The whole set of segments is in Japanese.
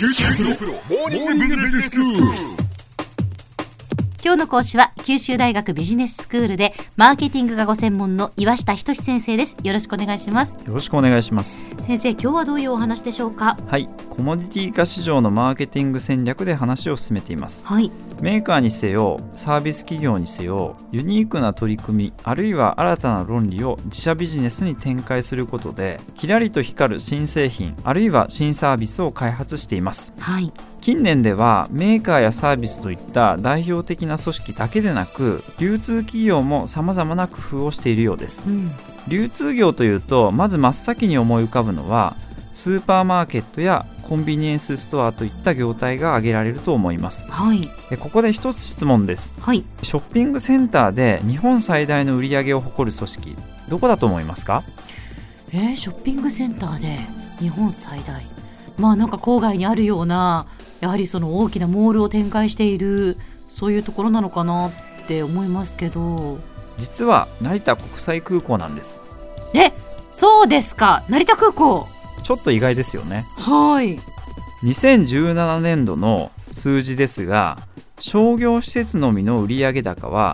九州大学モーニングビジネススクール。 今日の講師は九州大学ビジネススクールでマーケティングがご専門の岩下仁先生です。よろしくお願いします。 よろしくお願いします。 先生、今日はどういうお話でしょうか？ はい、コモディティ化市場のマーケティング戦略で話を進めています。 はい、 メーカーにせよサービス企業にせよユニークな取り組みあるいは新たな論理を自社ビジネスに展開することでキラリと光る新製品あるいは新サービスを開発しています。 はい、 近年ではメーカーやサービスといった代表的な組織だけでなく流通企業も様々な工夫をしているようです。流通業というとまず真っ先に思い浮かぶのはスーパーマーケットやコンビニエンスストアといった業態が挙げられると思います。 はい、 ここで一つ質問です。 はい、 ショッピングセンターで日本最大の売り上げを誇る組織どこだと思いますか？ ショッピングセンターで日本最大、なんか郊外にあるようなやはりその大きなモールを展開しているそういうところなのかなって思いますけど、 実は成田国際空港なんです。 そうですか。成田空港、 ちょっと意外ですよね。 はい。 2017年度の数字ですが商業施設のみの売上高は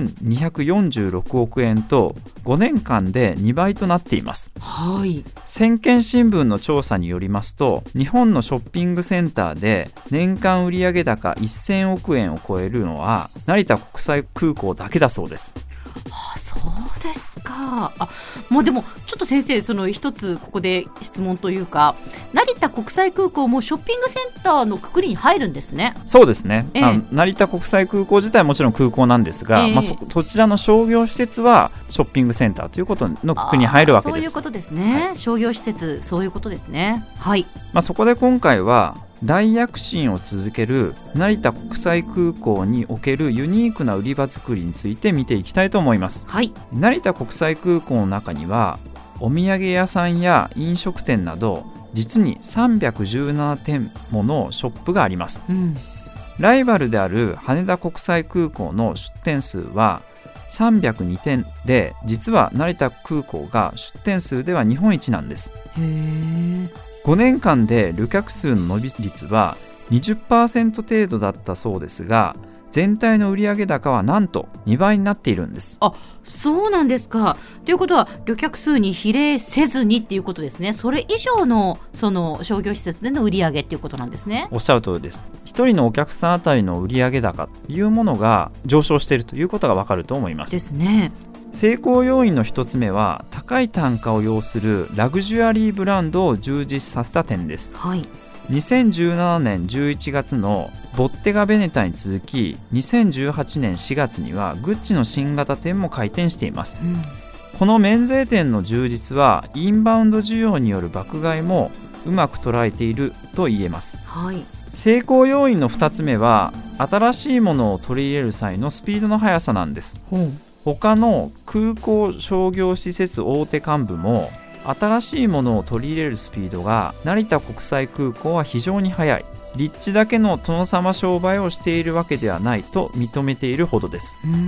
1246億円と5年間で2倍となっています。 はい。 先見新聞の調査によりますと日本のショッピングセンターで年間売上高1000億円を超えるのは成田国際空港だけだそうです。 そうですか。でもちょっと先生、その一つここで質問というか、成田国際空港もショッピングセンターのくくりに入るんですね。 そうですね、成田国際空港自体はもちろん空港なんですが、そちらの商業施設はショッピングセンターということのくくりに入るわけです。 そういうことですね、はい、商業施設、そういうことですね。はい。 そこで今回は大躍進を続ける成田国際空港におけるユニークな売り場作りについて見ていきたいと思います。 はい。 成田国際空港の中にはお土産屋さんや飲食店など実に317店ものショップがあります。ライバルである羽田国際空港の出店数は302店で実は成田空港が出店数では日本一なんです。5年間で旅客数の伸び率は 20% 程度だったそうですが全体の売上高はなんと2倍になっているんです。 そうなんですか。ということは旅客数に比例せずにっていうことですね。それ以上のその商業施設での売上っていうことなんですね。 おっしゃる通りです。一人のお客さんあたりの売上高というものが上昇しているということがわかると思います。 ですね。 成功要因の一つ目は高い単価を要するラグジュアリーブランドを充実させた点です。 はい。 2017年11月のボッテガベネタに続き2018年4月にはグッチの新型店も開店しています。この免税店の充実はインバウンド需要による爆買いもうまく捉えていると言えます。 はい。 成功要因の2つ目は新しいものを取り入れる際のスピードの速さなんです。他の空港商業施設大手幹部も新しいものを取り入れるスピードが成田国際空港は非常に速い。立地だけの殿様商売をしているわけではないと認めているほどです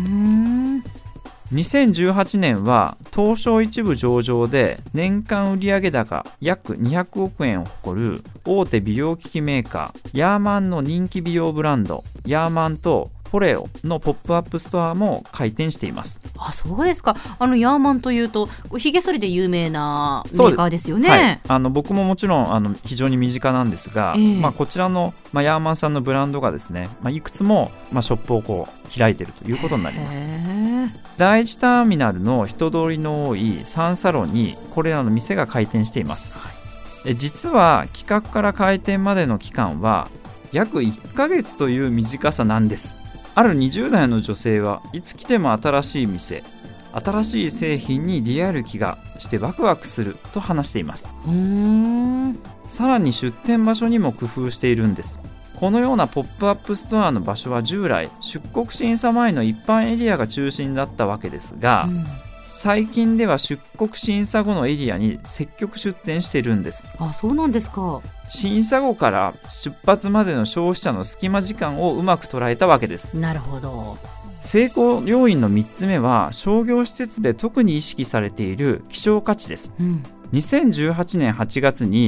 。2018年は東証一部上場で年間売上高約200億円を誇る大手美容機器メーカーヤーマンの人気美容ブランドヤーマンとポレオのポップアップストアも開店しています。 そうですか。ヤーマンというとひげ剃りで有名なメーカーですよね。 はい、僕ももちろん非常に身近なんですが、こちらの、ヤーマンさんのブランドがですね、いくつも、ショップを開いているということになります。第一ターミナルの人通りの多いサンサロにこれらの店が開店しています。実は企画から開店までの期間は約1ヶ月という短さなんです。ある20代の女性はいつ来ても新しい店、新しい製品に出会える気がしてワクワクすると話しています。さらに出店場所にも工夫しているんです。このようなポップアップストアの場所は従来出国審査前の一般エリアが中心だったわけですが、最近では出国審査後のエリアに積極出店しているんです。 そうなんですか。 審査後から出発までの消費者の隙間時間をうまく捉えたわけです。 なるほど。 成功要因の3つ目は商業施設で特に意識されている希少価値です。2018年8月に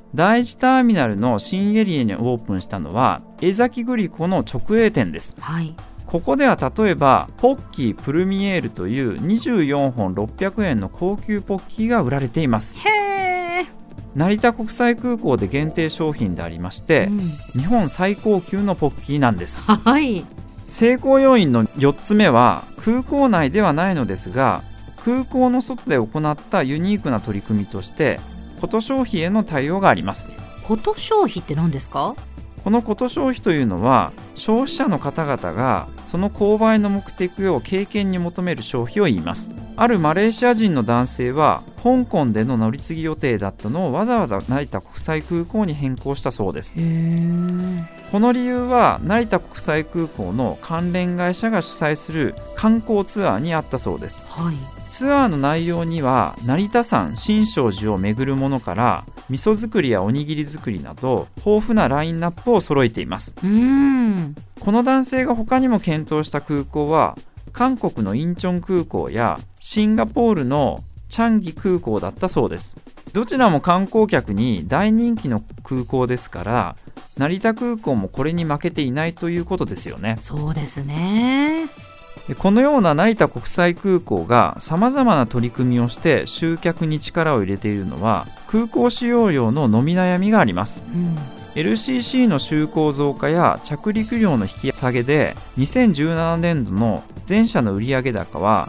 第1ターミナルの新エリアにオープンしたのは江崎グリコの直営店です、 はい、 ここでは例えばポッキープルミエールという24本600円の高級ポッキーが売られています。 へー。 成田国際空港で限定商品でありまして、日本最高級のポッキーなんです。 はい、 成功要因の4つ目は空港内ではないのですが空港の外で行ったユニークな取り組みとしてこと消費への対応があります。 こと消費って何ですか？ このこと消費というのは消費者の方々がその購買の目的を経験に求める消費を言います。あるマレーシア人の男性は香港での乗り継ぎ予定だったのをわざわざ成田国際空港に変更したそうです。この理由は成田国際空港の関連会社が主催する観光ツアーにあったそうです、 はい、 ツアーの内容には成田山新勝寺を巡るものから味噌作りやおにぎり作りなど豊富なラインナップを揃えています。この男性が他にも検討した空港は韓国のインチョン空港やシンガポールのチャンギ空港だったそうです。どちらも観光客に大人気の空港ですから成田空港もこれに負けていないということですよね。 そうですね。 このような成田国際空港がさまざまな取り組みをして集客に力を入れているのは空港使用料の伸び悩みがあります、LCC の就航増加や着陸料の引き下げで2017年度の全社の売上高は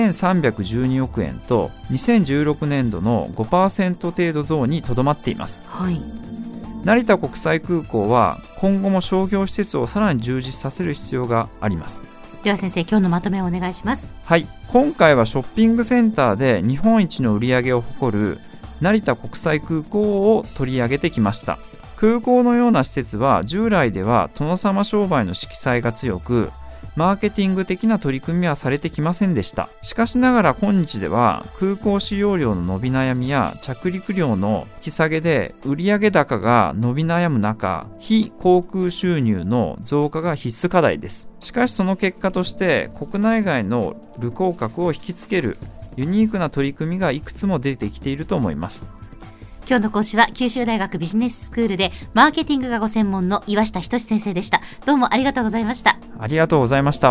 2312億円と2016年度の 5% 程度増にとどまっています、はい、成田国際空港は今後も商業施設をさらに充実させる必要があります。 では先生、今日のまとめをお願いします。 はい、今回はショッピングセンターで日本一の売り上げを誇る成田国際空港を取り上げてきました。空港のような施設は従来では殿様商売の色彩が強くマーケティング的な取り組みはされてきませんでした。しかしながら今日では空港使用料の伸び悩みや着陸料の引き下げで売上高が伸び悩む中、非航空収入の増加が必須課題です。しかしその結果として国内外の旅行客を引きつけるユニークな取り組みがいくつも出てきていると思います。 今日の講師は九州大学ビジネススクールでマーケティングがご専門の岩下仁先生でした。どうもありがとうございました。 ありがとうございました。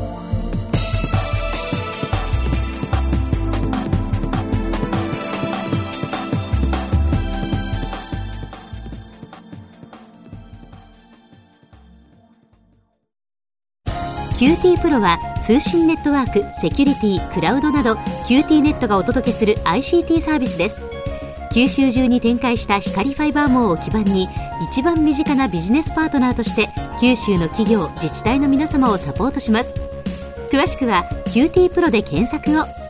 QT プロは通信ネットワーク、セキュリティ、クラウドなど QT ネットがお届けする ICT サービスです。九州中に展開した光ファイバー網を基盤に一番身近なビジネスパートナーとして九州の企業、自治体の皆様をサポートします。詳しくは QT プロで検索を。